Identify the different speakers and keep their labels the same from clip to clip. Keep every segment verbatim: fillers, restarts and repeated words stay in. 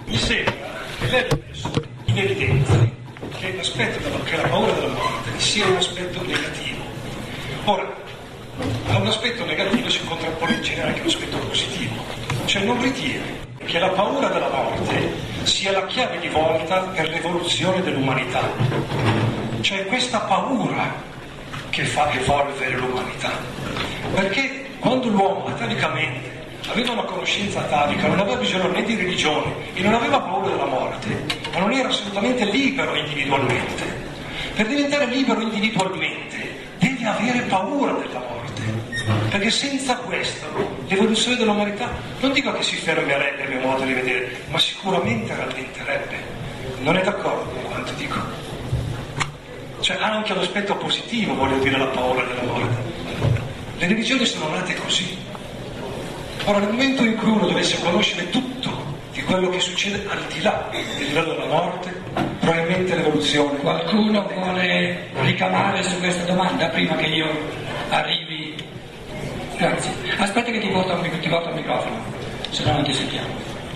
Speaker 1: Mi sembra che lei ha messo in evidenza che l'aspetto della, che la paura della morte sia un aspetto negativo. Ora, a un aspetto negativo si contrappone in genere anche un aspetto positivo, cioè non ritiene che la paura della morte sia la chiave di volta per l'evoluzione dell'umanità, cioè questa paura che fa evolvere l'umanità, perché quando l'uomo atavicamente aveva una conoscenza atavica, non aveva bisogno né di religione e non aveva paura della morte, ma non era assolutamente libero individualmente. Per diventare libero individualmente deve avere paura della morte, perché senza questo l'evoluzione dell'umanità non dico che si fermerebbe a mio modo di vedere, ma sicuramente rallenterebbe. Non è d'accordo con quanto dico? Cioè ha anche un aspetto positivo, voglio dire, la paura della morte. Le religioni sono nate così. Ora, nel momento in cui uno dovesse conoscere tutto di quello che succede al di là del livello della morte, probabilmente l'evoluzione...
Speaker 2: Qualcuno vuole ricamare su questa domanda prima che io arrivi? Grazie. Aspetta che ti porto al, ti porto al microfono, se no non ti sentiamo.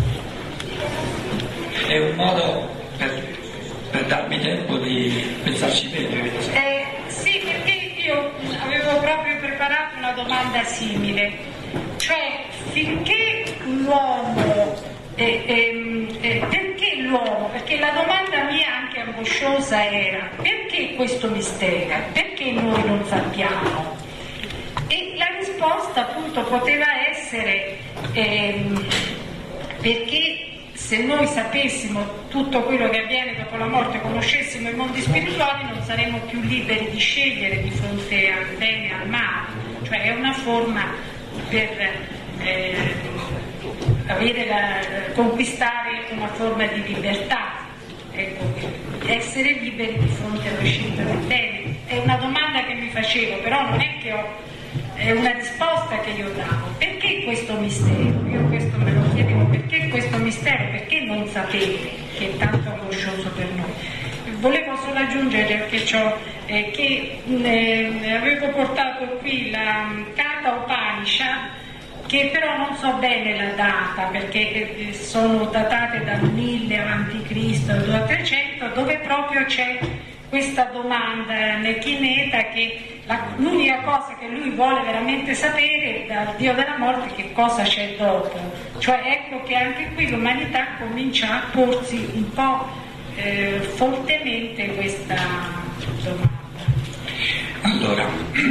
Speaker 2: È un modo per, per darmi tempo di pensarci bene.
Speaker 3: Eh, sì, perché io avevo proprio preparato una domanda simile. Cioè, finché l'uomo, eh, eh, eh, perché l'uomo? Perché la domanda mia anche angosciosa era, perché questo mistero? Perché noi non sappiamo? E la risposta appunto poteva essere, ehm, perché se noi sapessimo tutto quello che avviene dopo la morte, conoscessimo i mondi spirituali, non saremmo più liberi di scegliere di fronte al bene e al male. Cioè è una forma per eh, avere la, conquistare una forma di libertà, ecco, essere liberi di fronte alla scelta del bene. È una domanda che mi facevo, però non è che ho, è una risposta che io davo. Perché questo mistero? Io questo me lo chiedevo, perché questo mistero? Perché non sapete, che è tanto angoscioso per noi? Volevo solo aggiungere che, eh, che eh, avevo portato qui la Katha Upanishad, che però non so bene la data, perché eh, sono datate dal mille avanti Cristo al trecento, dove proprio c'è questa domanda Nechineta, che la, l'unica cosa che lui vuole veramente sapere dal Dio della morte è che cosa c'è dopo. Cioè ecco che anche qui l'umanità comincia a porsi un po' Eh, fortemente questa domanda.
Speaker 2: Allora,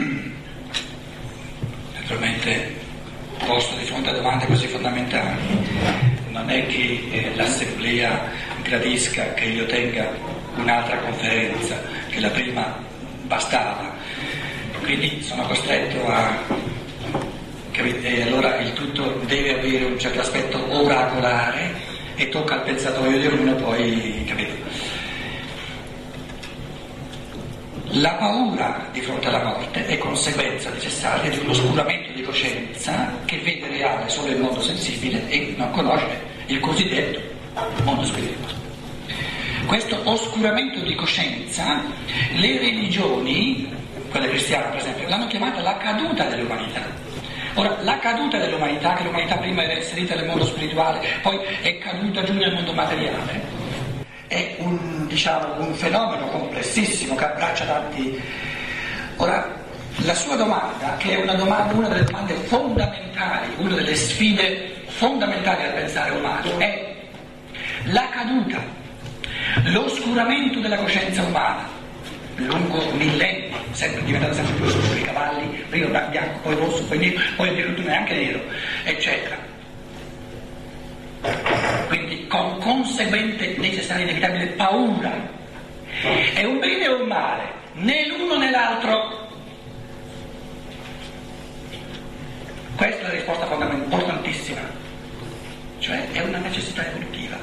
Speaker 2: naturalmente posto di fronte a domande così fondamentali, non è che eh, l'assemblea gradisca che io tenga un'altra conferenza, che la prima bastava, quindi sono costretto a capite? E allora il tutto deve avere un certo aspetto oracolare e tocca al pensatoio di ognuno poi, capito? La paura di fronte alla morte è conseguenza necessaria di un oscuramento di coscienza che vede reale solo il mondo sensibile e non conosce il cosiddetto mondo spirituale. Questo oscuramento di coscienza le religioni, quella cristiana per esempio, l'hanno chiamata la caduta dell'umanità. Ora, la caduta dell'umanità, che l'umanità prima era inserita nel mondo spirituale, poi è caduta giù nel mondo materiale, è un, diciamo, un fenomeno complessissimo che abbraccia tanti... Ora, la sua domanda, che è una, domanda, una delle domande fondamentali, una delle sfide fondamentali al pensare umano, è la caduta, l'oscuramento della coscienza umana, lungo millenni, sempre diventato sempre più oscuro, i cavalli, prima bianco, poi rosso, poi nero, poi addirittura neanche nero, eccetera. Quindi con conseguente necessaria inevitabile paura. È un bene o un male? Né l'uno né l'altro. Questa è la risposta fondamentale, importantissima, cioè è una necessità evolutiva.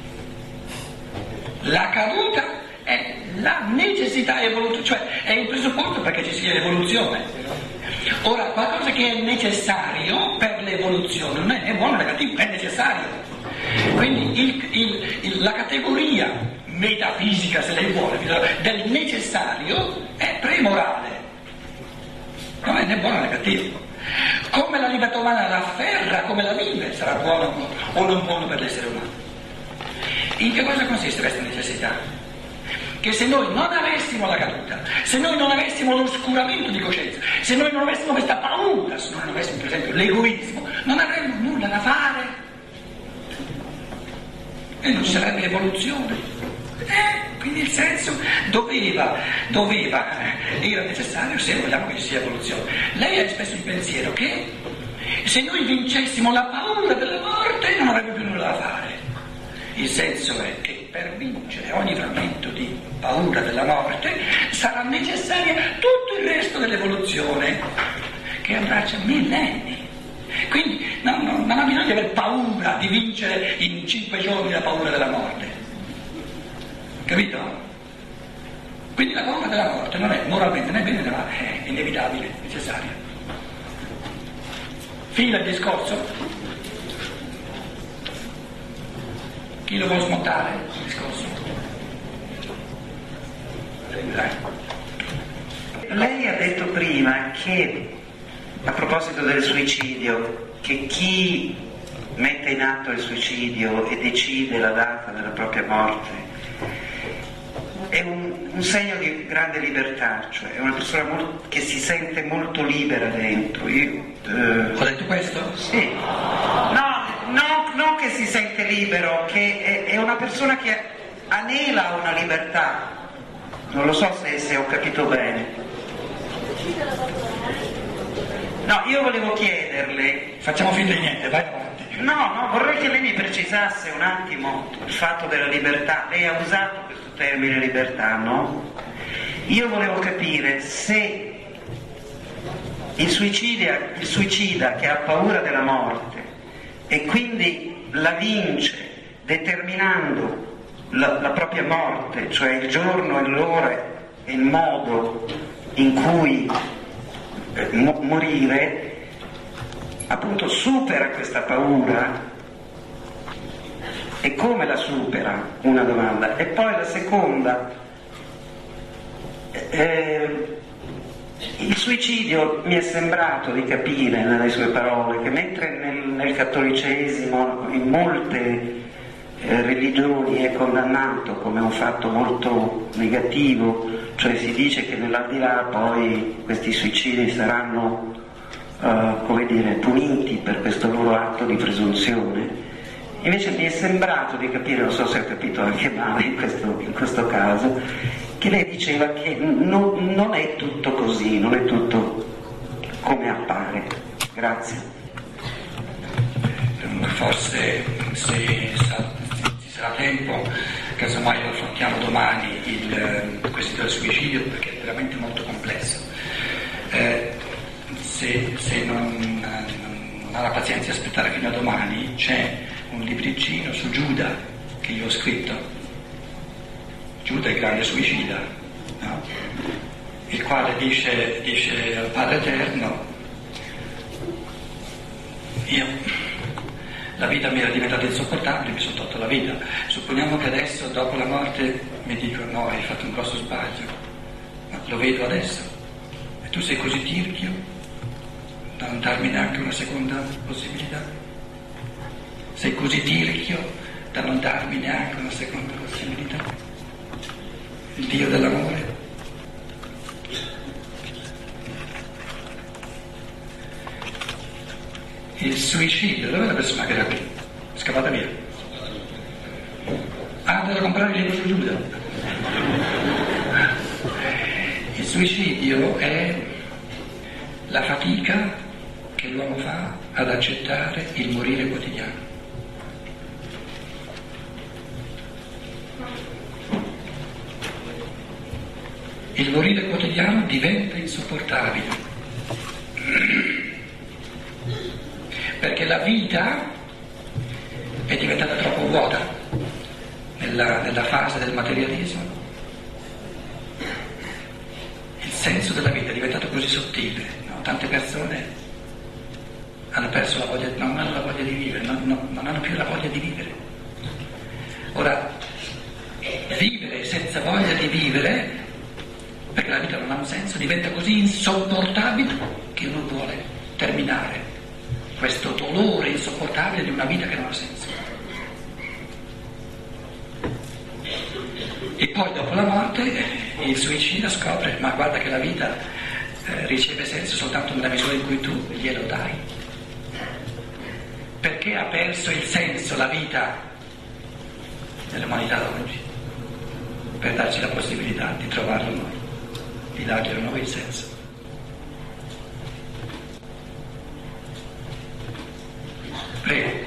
Speaker 2: La caduta è la necessità evolutiva, cioè è il presupposto perché ci sia l'evoluzione. Ora, qualcosa che è necessario per l'evoluzione non è né buono né cattivo, è necessario. Quindi il, il, il, la categoria metafisica, se lei vuole, del necessario è premorale, non è né buono né cattivo. Come la libertà umana la afferra, come la vive, sarà buono o non buono per l'essere umano. In che cosa consiste questa necessità? Che se noi non avessimo la caduta, se noi non avessimo l'oscuramento di coscienza, se noi non avessimo questa paura, se noi non avessimo per esempio l'egoismo, non avremmo nulla da fare e non ci sarebbe evoluzione. Eh, quindi il senso doveva, doveva, eh, era necessario se vogliamo che ci sia evoluzione. Lei ha espresso il pensiero che se noi vincessimo la paura della morte non avremmo più nulla da fare. Il senso è che per vincere ogni frammento di paura della morte sarà necessaria tutto il resto dell'evoluzione che abbraccia millenni. Quindi non, non, non ha bisogno di aver paura di vincere in cinque giorni la paura della morte. Capito? Quindi la paura della morte non è moralmente né bene né male, è inevitabile, necessaria. Fila il discorso? Chi lo vuole smontare il discorso?
Speaker 4: Lei ha detto prima che, a proposito del suicidio, che chi mette in atto il suicidio e decide la data della propria morte è un, un segno di grande libertà, cioè è una persona molto, che si sente molto libera dentro. Io, eh,
Speaker 2: Ho detto questo?
Speaker 4: Sì. No, no, non che si sente libero, che è, è una persona che anela una libertà. Non lo so se, se ho capito bene. No, io volevo chiederle...
Speaker 2: Facciamo finta di niente, vai avanti.
Speaker 4: No, no, vorrei che lei mi precisasse un attimo il fatto della libertà. Lei ha usato questo termine libertà, no? Io volevo capire se il suicida, il suicida che ha paura della morte e quindi la vince determinando la, la propria morte, cioè il giorno e l'ora e il modo in cui eh, mo- morire, appunto supera questa paura. E come la supera? Una domanda. E poi la seconda, eh, il suicidio mi è sembrato di capire nelle sue parole che mentre nel, nel cattolicesimo, in molte eh, religioni è condannato come un fatto molto negativo, cioè si dice che nell'aldilà poi questi suicidi saranno Uh, come dire, puniti per questo loro atto di presunzione. Invece mi è sembrato di capire, non so se ho capito anche male in questo, in questo caso, che lei diceva che non, non è tutto così, non è tutto come appare. Grazie.
Speaker 2: Forse se ci sarà tempo, casomai lo affrontiamo domani, il quesito del suicidio, perché è veramente molto complesso. Eh, Se, se non, non ha la pazienza di aspettare fino a domani, c'è un libricino su Giuda che io ho scritto. Giuda è il grande suicida, no? Il quale dice, dice al Padre Eterno: io, la vita mi era diventata insopportabile, mi sono tolto la vita. Supponiamo che adesso, dopo la morte, mi dicono: no, hai fatto un grosso sbaglio, ma lo vedo adesso, e tu sei così tirchio da non darmi neanche una seconda possibilità? Sei così tirchio da non darmi neanche una seconda possibilità? Il Dio dell'amore? Il suicidio, dov'è la persona che era qui? È scappata via. Ah, devo comprare il libro su Giuda. Il suicidio è la fatica che l'uomo fa ad accettare il morire quotidiano. Il morire quotidiano diventa insopportabile, perché la vita è diventata troppo vuota nella, nella fase del materialismo. Il senso della vita è diventato così sottile, no? Tante persone hanno perso la voglia, non hanno la voglia di vivere, non, non, non hanno più la voglia di vivere. Ora, vivere senza voglia di vivere, perché la vita non ha un senso, diventa così insopportabile che uno vuole terminare questo dolore insopportabile di una vita che non ha senso. poi dopo la morte il suicida scopre, ma guarda che la vita eh, riceve senso soltanto nella misura in cui tu glielo dai. Perché ha perso il senso la vita dell'umanità oggi? Per darci la possibilità di trovarlo noi, di dargli a noi il senso. Prego.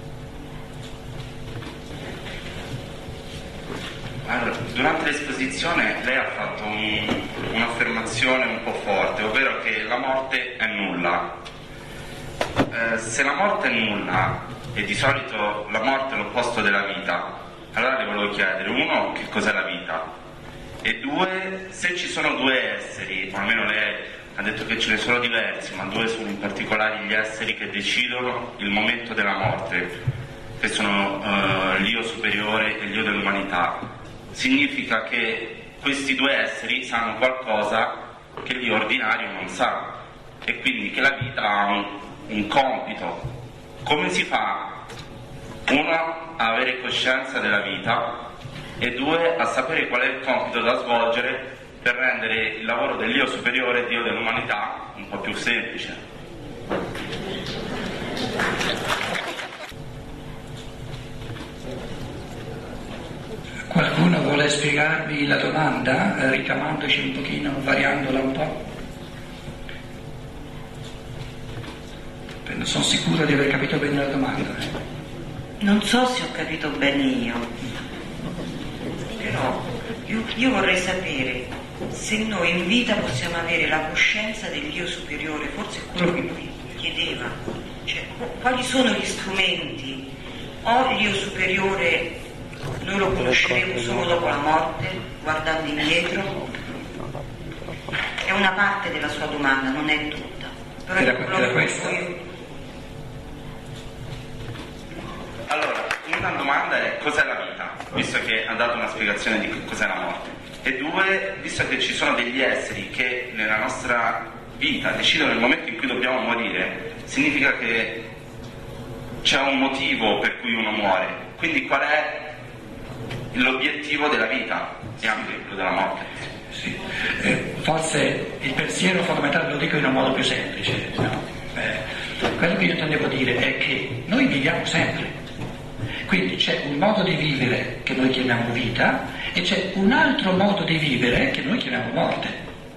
Speaker 5: Allora, durante l'esposizione lei ha fatto un, un'affermazione un po' forte, ovvero che la morte è nulla. Eh, se la morte è nulla, e di solito la morte è l'opposto della vita, allora le volevo chiedere, uno, che cos'è la vita? E due, se ci sono due esseri, o almeno lei ha detto che ce ne sono diversi, ma due sono in particolare gli esseri che decidono il momento della morte, che sono eh, l'io superiore e l'io dell'umanità. Significa che questi due esseri sanno qualcosa che l'io ordinario non sa, e quindi che la vita ha un, un compito. Come si fa, uno, a avere coscienza della vita, e due, a sapere qual è il compito da svolgere per rendere il lavoro dell'io superiore e Dio dell'umanità un po' più semplice?
Speaker 2: Qualcuno vuole spiegarmi la domanda, eh, ricamandoci un pochino, variandola un po'? Non sono sicuro di aver capito bene la domanda. Eh.
Speaker 6: Non so se ho capito bene io, però io, io vorrei sapere se noi in vita possiamo avere la coscienza dell'io superiore, forse è quello che lui chiedeva, cioè quali sono gli strumenti, o l'io superiore noi lo conosceremo solo dopo la morte, guardando indietro? È una parte della sua domanda, non è tutta. Però
Speaker 2: era,
Speaker 6: è quello
Speaker 2: era
Speaker 6: che
Speaker 2: questa?
Speaker 6: io...
Speaker 5: Allora, una domanda è cos'è la vita, visto che ha dato una spiegazione di che cos'è la morte. E due, visto che ci sono degli esseri che nella nostra vita decidono il momento in cui dobbiamo morire, significa che c'è un motivo per cui uno muore. Quindi qual è l'obiettivo della vita e anche quello della morte?
Speaker 2: Sì. Eh, forse il pensiero fondamentale lo dico in un modo più semplice, no? Eh, quello che io intendevo dire è che noi viviamo sempre, quindi c'è un modo di vivere che noi chiamiamo vita e c'è un altro modo di vivere che noi chiamiamo morte,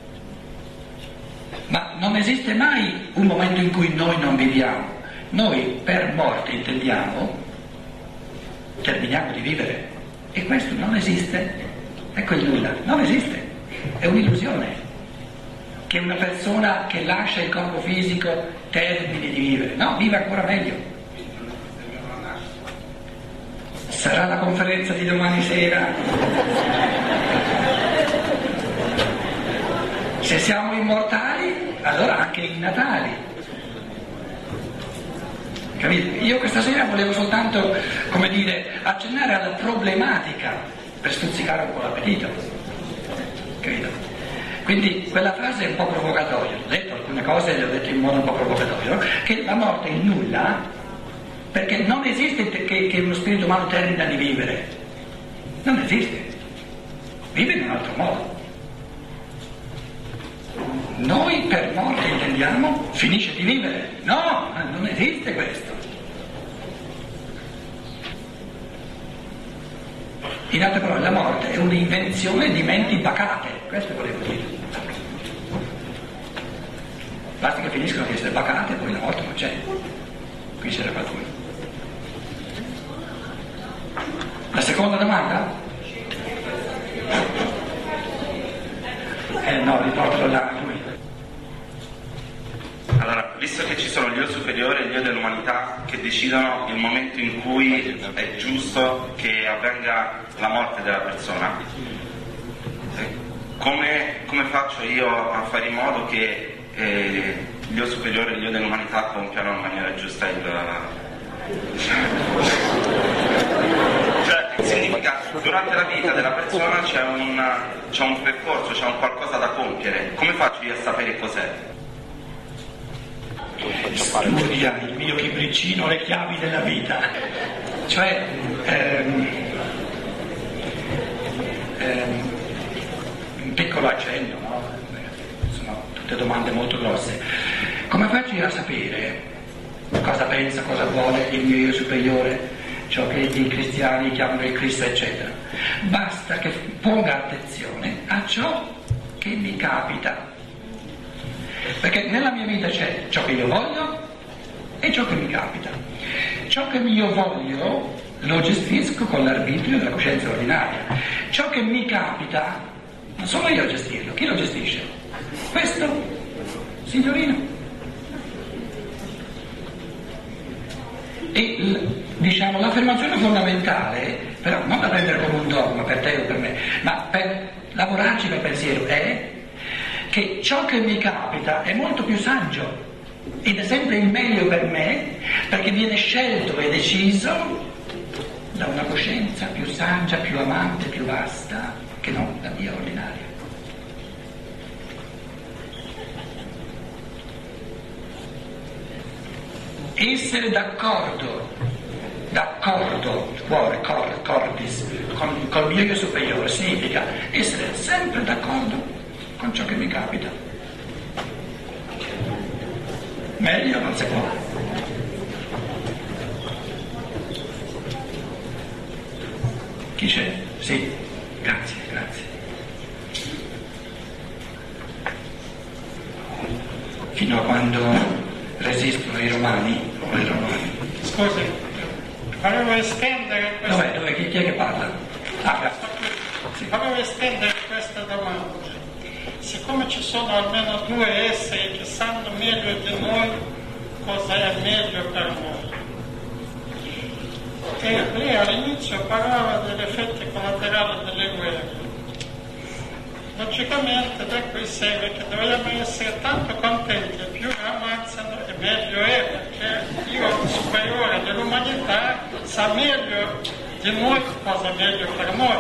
Speaker 2: ma non esiste mai un momento in cui noi non viviamo. Noi per morte intendiamo terminiamo di vivere, e questo non esiste. Ecco il nulla, non esiste, è un'illusione che una persona che lascia il corpo fisico termini di vivere. No, vive ancora meglio. Sarà la conferenza di domani sera. Se siamo immortali, allora anche innatali. Capite? Io questa sera volevo soltanto, come dire, accennare alla problematica per stuzzicare un po' l'appetito. Capito? Quindi quella frase è un po' provocatoria, ho detto alcune cose, le ho dette in modo un po' provocatorio, no? Che la morte è nulla, perché non esiste che, che uno spirito umano termina di vivere. Non esiste. Vive in un altro modo. Noi per morte intendiamo finisce di vivere. No, non esiste questo. In altre parole, la morte è un'invenzione di menti bacate, questo volevo dire. Basta che finiscono di essere bacate, poi la morte non c'è. Qui c'era qualcuno. La seconda domanda? Eh no, riportalo là.
Speaker 5: Allora, visto che ci sono l'io superiore e l'io dell'umanità che decidono il momento in cui è giusto che avvenga la morte della persona, come, come faccio io a fare in modo che eh, l'io superiore e l'io dell'umanità compiano in maniera giusta il... Cioè, significa, durante la vita della persona c'è un, c'è un percorso, c'è un qualcosa da compiere. Come faccio io a sapere cos'è?
Speaker 2: Studia il mio libricino Le chiavi della vita, cioè ehm, eh, piccolo accenno, no? Sono tutte domande molto grosse. Come faccio io a sapere cosa pensa, cosa vuole il mio io superiore, ciò che i cristiani chiamano il Cristo, eccetera? Basta che ponga attenzione a ciò che mi capita, perché nella mia vita c'è ciò che io voglio e ciò che mi capita. Ciò che io voglio lo gestisco con l'arbitrio della coscienza ordinaria. Ciò che mi capita non sono io a gestirlo. Chi lo gestisce? Questo signorino. E diciamo l'affermazione fondamentale, però non da prendere come un dogma per te o per me, ma per lavorarci per pensiero, è che ciò che mi capita è molto più saggio ed è sempre il meglio per me, perché viene scelto e deciso da una coscienza più saggia, più amante, più vasta che non la mia ordinaria. Essere d'accordo, d'accordo, cuore, cor, cordis, con, con il mio io superiore significa essere sempre d'accordo con ciò che mi capita. Meglio non si può. Chi c'è? Sì, grazie, grazie. Fino a quando resistono i romani o i romani.
Speaker 7: Scusi, volevo estendere questa...
Speaker 2: Dov'è? Dov'è? Chi, chi è che parla? Ah, grazie. Sì.
Speaker 7: Volevo estendere questa domanda. Siccome ci sono almeno due esseri che sanno meglio di noi cosa è meglio per noi, e lei all'inizio parlava degli effetti collaterali delle guerre, logicamente da qui segue che dobbiamo essere tanto contenti, più ammazzano e meglio è, perché Dio superiore dell'umanità sa meglio di noi cosa è meglio per noi.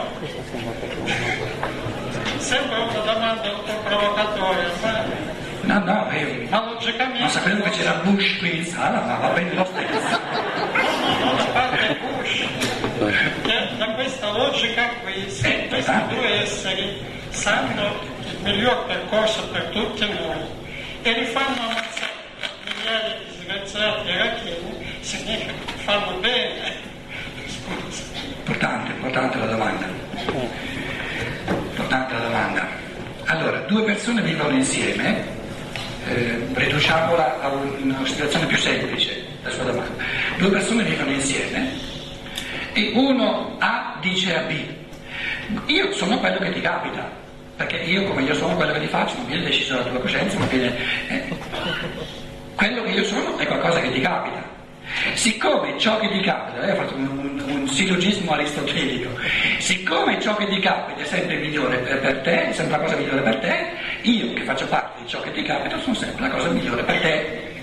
Speaker 7: Sembra una domanda un po' provocatoria, ma...
Speaker 2: No, no, io
Speaker 7: ma logicamente...
Speaker 2: non sapevo che c'era Bush qui in sala, ma va bene lo stesso.
Speaker 7: No, no, da parte Bush, che da questa logica qui, se questi due esseri sanno il miglior percorso per tutti noi e li fanno ammazzare migliaia di disgraziati iracheni, significa che fanno bene. Scusa.
Speaker 2: Importante, importante la domanda. Importante la domanda. Allora, due persone vivono insieme, eh, riduciamola a una situazione più semplice, la sua domanda. Due persone vivono insieme e uno A dice a B: io sono quello che ti capita, perché io come io sono quello che ti faccio non viene deciso dalla tua coscienza, ma viene... Eh, quello che io sono è qualcosa che ti capita. Siccome ciò che ti capita, lei ha fatto un, un, un sillogismo aristotelico, siccome ciò che ti capita è sempre migliore per, per te, è sempre la cosa migliore per te, io che faccio parte di ciò che ti capita sono sempre la cosa migliore per te.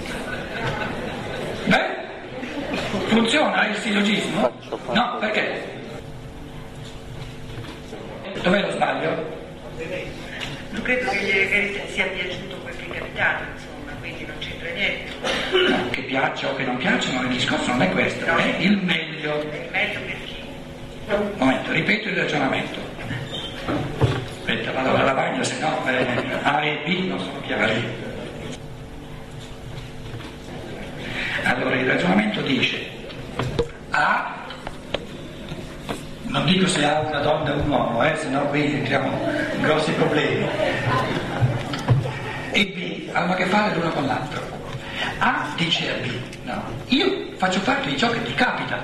Speaker 2: Beh, funziona il sillogismo? No, perché? Dov'è lo sbaglio?
Speaker 6: Non credo che gli sia piaciuto quel che è capitato, insomma, quindi non c'entra niente.
Speaker 2: No, che piaccia o che non piaccia, ma il discorso non è questo, no, è il meglio.
Speaker 6: Il meglio per chi?
Speaker 2: Un momento, ripeto il ragionamento. Aspetta, vado alla lavagna, se no eh, A e B non sono chiari. Allora il ragionamento dice: A, non dico se ha una donna o un uomo, eh, se no qui entriamo in grossi problemi, e B hanno a che fare l'uno con l'altro. A dice a B: no, io faccio parte di ciò che ti capita.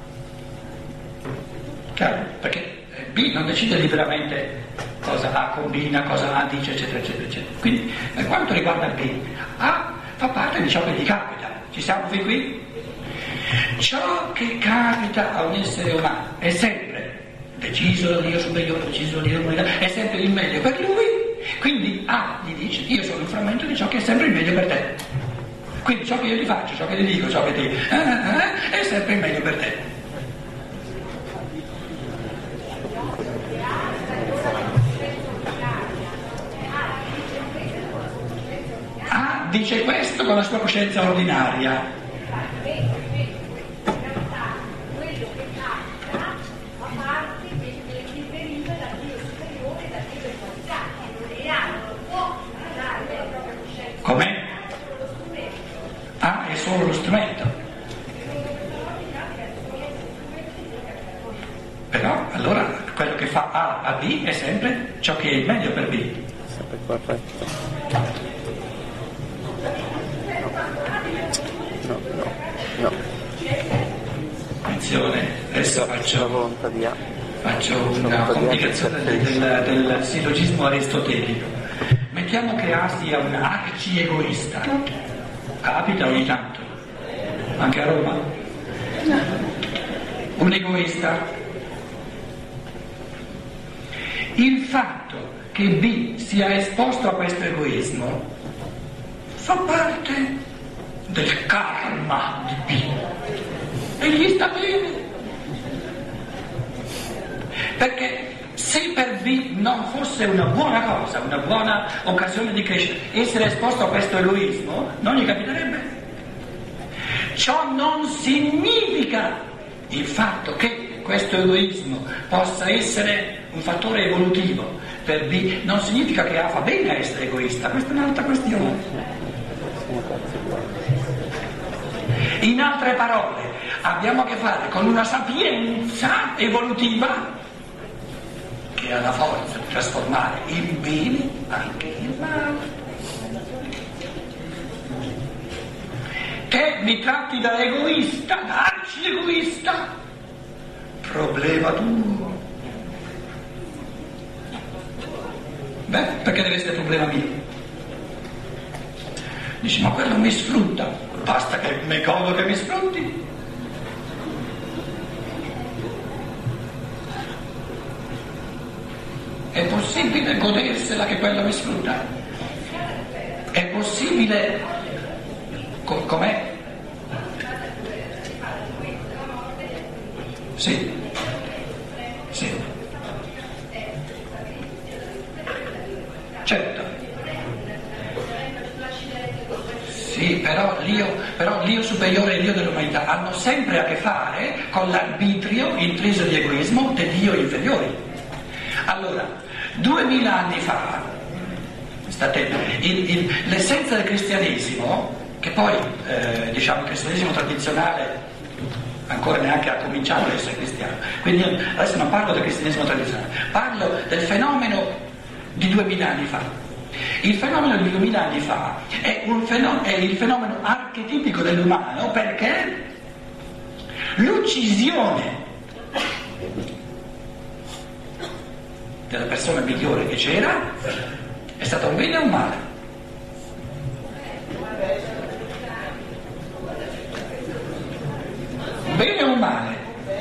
Speaker 2: Chiaro? Perché B non decide liberamente cosa A combina, cosa A dice, eccetera, eccetera, eccetera. Quindi per quanto riguarda B, A fa parte di ciò che ti capita. Ci siamo fin qui? Ciò che capita a un essere umano è sempre deciso da Dio superiore, deciso da Dio umanità, è sempre il meglio per lui. Quindi A gli dice: io sono un frammento di ciò che è sempre il meglio per te. Quindi ciò che io ti faccio, ciò che ti dico, ciò che ti... Eh, eh, è sempre il meglio per te. A dice questo con la sua coscienza ordinaria. Però allora quello che fa A a B è sempre ciò che è il meglio per B.
Speaker 8: Sempre corretto. No, no, no.
Speaker 2: Attenzione, adesso
Speaker 8: La
Speaker 2: faccio,
Speaker 8: volontà di A.
Speaker 2: faccio una complicazione del, del, del sillogismo aristotelico. Mettiamo che A sia un arci egoista. Capita ogni tanto, anche a Roma. Un egoista. Il fatto che B sia esposto a questo egoismo fa parte del karma di B e gli sta bene, perché se per B non fosse una buona cosa, una buona occasione di crescita, essere esposto a questo egoismo non gli capiterebbe. Ciò non significa il fatto che questo egoismo possa essere un fattore evolutivo per B, non significa che A fa bene a essere egoista, questa è un'altra questione. In altre parole, abbiamo a che fare con una sapienza evolutiva che ha la forza di trasformare il bene anche il male. Te mi tratti da egoista, da arci egoista, problema tuo. Beh, perché deve essere problema mio? Dici, ma quello mi sfrutta, basta che mi godo che mi sfrutti. È possibile godersela che quello mi sfrutta? È possibile... Co- com'è? Sì. Sì. Certo. Sì, però l'io, però l'io superiore e l'io dell'umanità hanno sempre a che fare con l'arbitrio intriso di egoismo degli io inferiori. Allora, duemila anni fa, state, il, il, l'essenza del cristianesimo, che poi eh, diciamo il cristianesimo tradizionale ancora neanche ha cominciato ad essere cristiano, quindi io adesso non parlo del cristianesimo tradizionale, parlo del fenomeno di duemila anni fa. Il fenomeno di duemila anni fa è, un fenomeno, è il fenomeno archetipico dell'umano, perché l'uccisione della persona migliore che c'era è stata un bene o un male? Un bene o un male?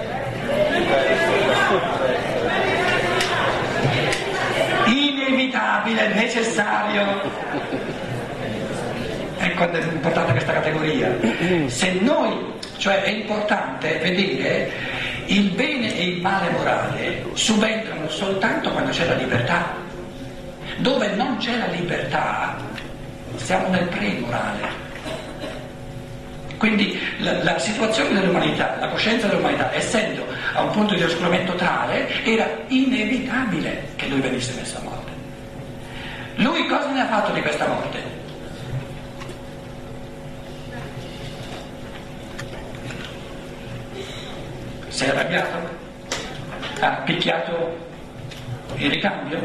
Speaker 2: Inevitabile, necessario. E quando è importante questa categoria? Se noi, cioè è importante vedere il bene e il male morale subentrano soltanto quando c'è la libertà. Dove non c'è la libertà siamo nel pre-morale. Quindi la, la situazione dell'umanità, la coscienza dell'umanità, essendo a un punto di oscuramento tale, era inevitabile che lui venisse messo a morte. Lui cosa ne ha fatto di questa morte? Si è arrabbiato? Ha picchiato il ricambio?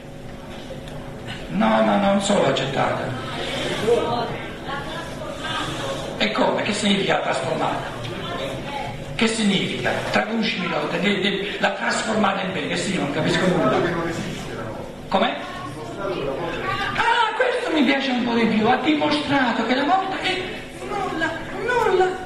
Speaker 2: No, no, non solo accettata. E come? Che significa trasformata? Che significa? Traducimelo, la trasformata in bene, che significa? Non capisco nulla. Com'è? Ah, questo mi piace un po' di più, ha dimostrato che la morte è nulla, nulla.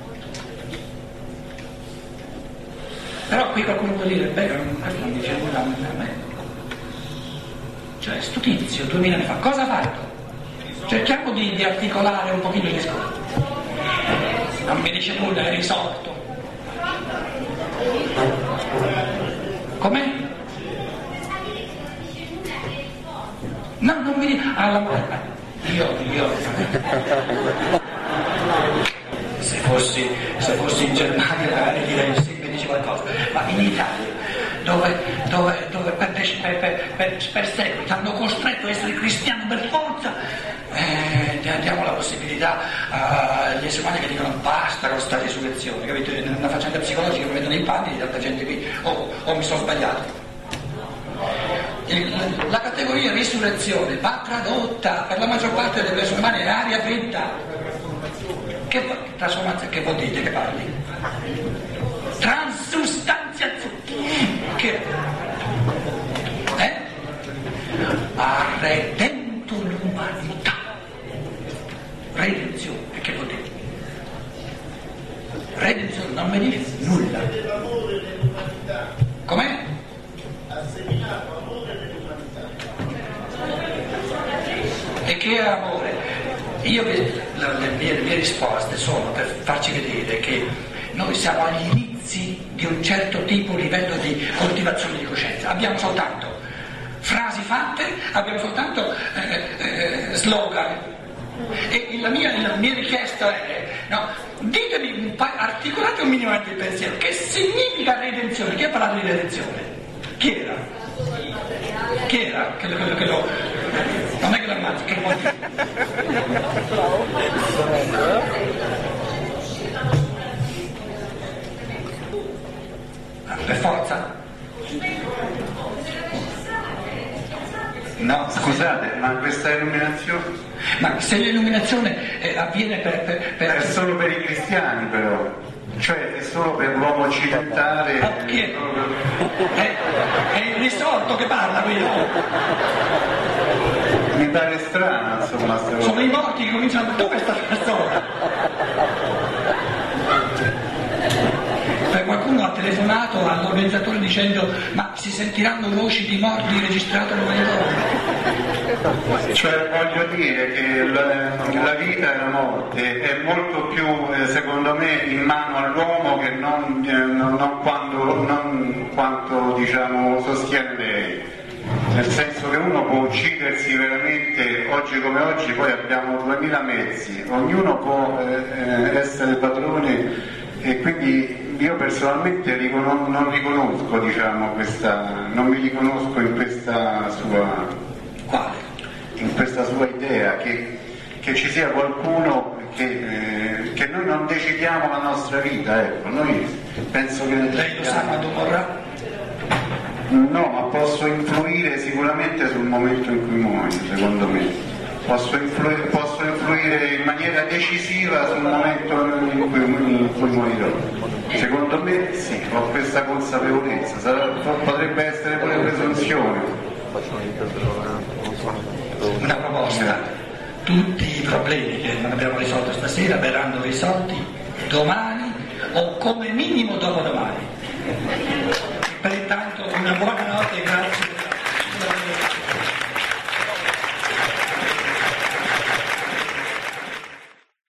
Speaker 2: Però qui qualcuno può dire, beh, questo non dice nulla a me. Cioè, sto tizio, duemila anni fa, cosa ha fatto? Cerchiamo di, di articolare un pochino il discorso. Non mi dice nulla, è risolto. Com'è? No, non mi dice... Ah, la... Io, io... Se fossi, se fossi in Germania magari direi sì, mi dice qualcosa. Ma in Italia, dove, dove, dove per, per, per, per, per secoli ti hanno costretto a essere cristiano per forza, eh, diamo la possibilità agli esseri umani che dicono basta con questa risurrezione, capito? In una faccenda psicologica mi vedono i panni di tanta gente qui, o oh, oh, mi sono sbagliato. Il, la categoria risurrezione va tradotta per la maggior parte delle persone umane in aria fritta. Che trasformazione? Che vuol dire che parli? Transustanziazione. Che eh? Ha redento l'umanità. Redenzione, che vuol dire? Redenzione non mi dice nulla. Com'è? E che è amore? Io le, le, mie, le mie risposte sono per farci vedere che noi siamo agli inizi di un certo tipo di livello di coltivazione di coscienza. Abbiamo soltanto frasi fatte, abbiamo soltanto eh, eh, slogan. E la mia, la mia richiesta è, no, ditemi, un pa- articolate un minimamente il pensiero. Che significa redenzione? Chi ha parlato di redenzione? Chi era? Chi era? Che lo, che lo, che lo, non è che lo ammazzi, che lo vuol dire? Ah, per forza?
Speaker 9: No, scusate, ma questa illuminazione?
Speaker 2: Ma se l'illuminazione eh, avviene per, per, per...
Speaker 9: È solo per i cristiani però, cioè è solo per l'uomo occidentale.
Speaker 2: Ah, chi è? È, è il risorto che parla qui.
Speaker 9: Mi pare strano, insomma, sta cosa.
Speaker 2: Sono i morti che cominciano a dove sta persona? Beh, qualcuno ha telefonato all'organizzatore dicendo ma si sentiranno voci di morti registrate al monitor?
Speaker 9: Cioè voglio dire che la, la vita e la morte è molto più eh, secondo me in mano all'uomo che non, eh, non, non, quando, non quanto diciamo sostiene lei, nel senso che uno può uccidersi veramente oggi come oggi, poi abbiamo duemila mezzi, ognuno può eh, essere padrone, e quindi io personalmente riconos- non riconosco diciamo questa, non mi riconosco in questa sua
Speaker 2: Quale?
Speaker 9: in questa sua idea che, che ci sia qualcuno che, eh, che noi non decidiamo la nostra vita, ecco, noi penso che
Speaker 2: Lei lo sa quando morrà?
Speaker 9: no, ma posso influire sicuramente sul momento in cui muoio, secondo me. Posso influire, posso influire in maniera decisiva sul momento in cui, in cui morirò. Secondo me sì, ho questa consapevolezza, sarà, potrebbe essere pure presunzione.
Speaker 2: Una proposta: tutti i problemi che non abbiamo risolto stasera verranno risolti domani o come minimo dopodomani. Pertanto una buona notte.